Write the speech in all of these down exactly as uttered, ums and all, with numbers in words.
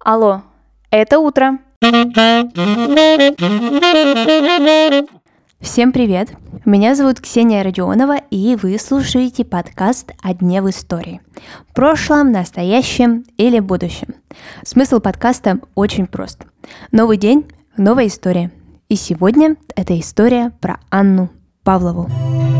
Алло, это утро. Всем привет! Меня зовут Ксения Родионова, и вы слушаете подкаст «О дне в истории». В прошлом, настоящем или будущем. Смысл подкаста очень прост. Новый день, новая история. И сегодня это история про Анну Павлову.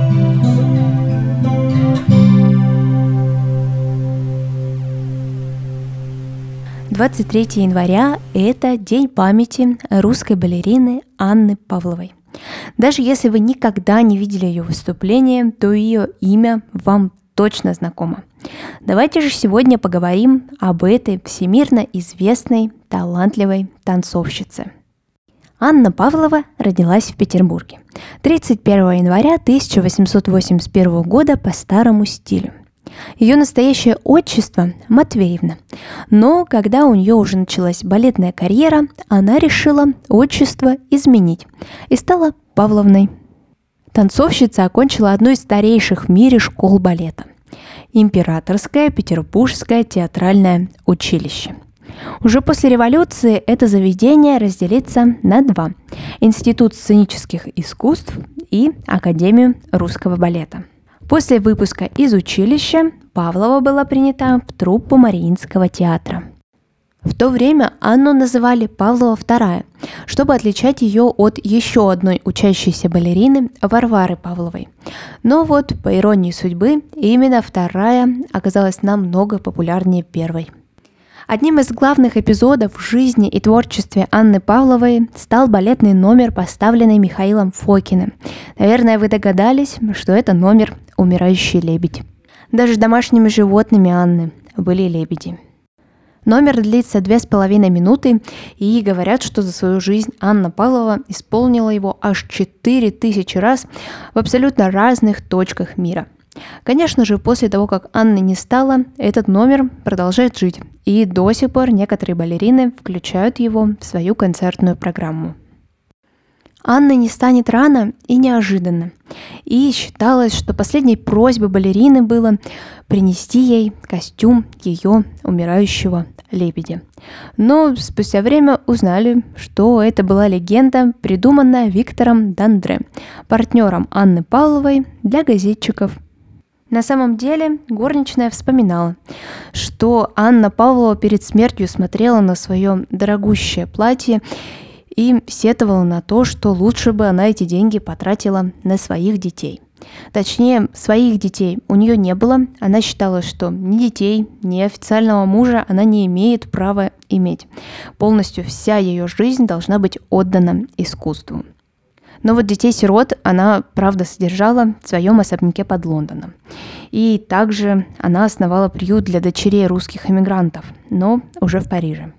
двадцать третьего января – это день памяти русской балерины Анны Павловой. Даже если вы никогда не видели ее выступление, то ее имя вам точно знакомо. Давайте же сегодня поговорим об этой всемирно известной, талантливой танцовщице. Анна Павлова родилась в Петербурге тридцать первого января тысяча восемьсот восемьдесят первого года по старому стилю. Ее настоящее отчество – Матвеевна, но когда у нее уже началась балетная карьера, она решила отчество изменить и стала Павловной. Танцовщица окончила одно из старейших в мире школ балета – Императорское Петербургское театральное училище. Уже после революции это заведение разделится на два – Институт сценических искусств и Академию русского балета. После выпуска из училища Павлова была принята в труппу Мариинского театра. В то время Анну называли Павлова вторая, чтобы отличать ее от еще одной учащейся балерины Варвары Павловой. Но вот, по иронии судьбы, именно вторая оказалась намного популярнее первой. Одним из главных эпизодов в жизни и творчестве Анны Павловой стал балетный номер, поставленный Михаилом Фокиным. Наверное, вы догадались, что это номер «Умирающий лебедь». Даже домашними животными Анны были лебеди. Номер длится две с половиной минуты, и говорят, что за свою жизнь Анна Павлова исполнила его аж четыре тысячи раз в абсолютно разных точках мира. Конечно же, после того, как Анны не стало, этот номер продолжает жить, и до сих пор некоторые балерины включают его в свою концертную программу. Анны не станет рано и неожиданно, и считалось, что последней просьбой балерины было принести ей костюм ее умирающего лебедя. Но спустя время узнали, что это была легенда, придуманная Виктором Дандре, партнером Анны Павловой для газетчиков. На самом деле горничная вспоминала, что Анна Павлова перед смертью смотрела на свое дорогущее платье и сетовала на то, что лучше бы она эти деньги потратила на своих детей. Точнее, своих детей у нее не было. Она считала, что ни детей, ни официального мужа она не имеет права иметь. Полностью вся ее жизнь должна быть отдана искусству. Но вот детей-сирот она, правда, содержала в своем особняке под Лондоном. И также она основала приют для дочерей русских эмигрантов, но уже в Париже.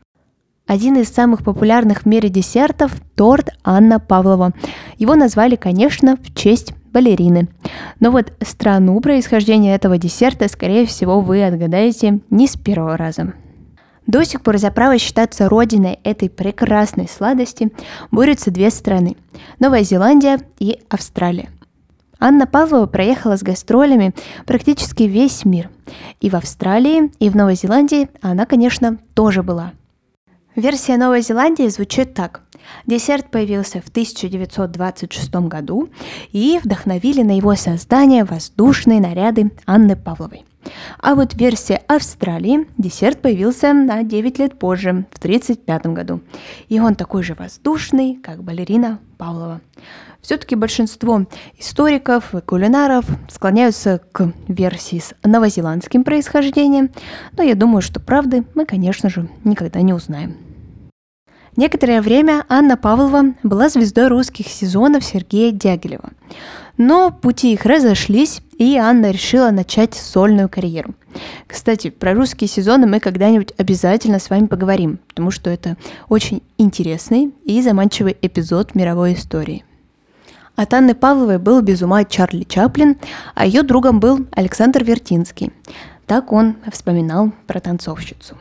Один из самых популярных в мире десертов – торт Анна Павлова. Его назвали, конечно, в честь балерины. Но вот страну происхождения этого десерта, скорее всего, вы отгадаете не с первого раза. До сих пор за право считаться родиной этой прекрасной сладости борются две страны – Новая Зеландия и Австралия. Анна Павлова проехала с гастролями практически весь мир. И в Австралии, и в Новой Зеландии она, конечно, тоже была. Версия Новой Зеландии звучит так. Десерт появился в тысяча девятьсот двадцать шестом году, и вдохновили на его создание воздушные наряды Анны Павловой. А вот в версии Австралии десерт появился на девять лет позже, в тридцать пятом году. И он такой же воздушный, как балерина Павлова. Все-таки большинство историков и кулинаров склоняются к версии с новозеландским происхождением, но я думаю, что правды мы, конечно же, никогда не узнаем. Некоторое время Анна Павлова была звездой русских сезонов Сергея Дягилева. Но пути их разошлись, и Анна решила начать сольную карьеру. Кстати, про русские сезоны мы когда-нибудь обязательно с вами поговорим, потому что это очень интересный и заманчивый эпизод мировой истории. От Анны Павловой был без ума Чарли Чаплин, а ее другом был Александр Вертинский. Так он вспоминал про танцовщицу.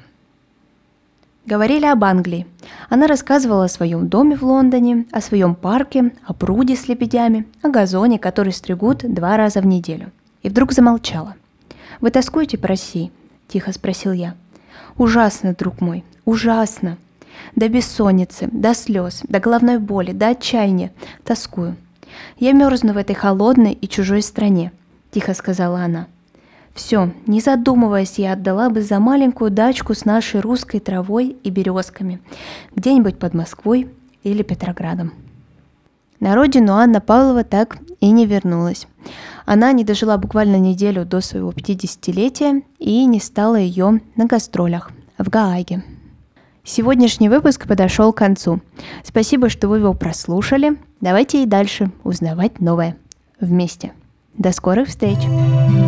Говорили об Англии. Она рассказывала о своем доме в Лондоне, о своем парке, о пруде с лебедями, о газоне, который стригут два раза в неделю. И вдруг замолчала. «Вы тоскуете по России?» – тихо спросил я. «Ужасно, друг мой, ужасно. До бессонницы, до слез, до головной боли, до отчаяния. Тоскую. Я мерзну в этой холодной и чужой стране», — тихо сказала она. «Все, не задумываясь, я отдала бы за маленькую дачку с нашей русской травой и березками, где-нибудь под Москвой или Петроградом». На родину Анна Павлова так и не вернулась. Она не дожила буквально неделю до своего пятидесятилетия и не стала ее на гастролях в Гааге. Сегодняшний выпуск подошел к концу. Спасибо, что вы его прослушали. Давайте и дальше узнавать новое вместе. До скорых встреч!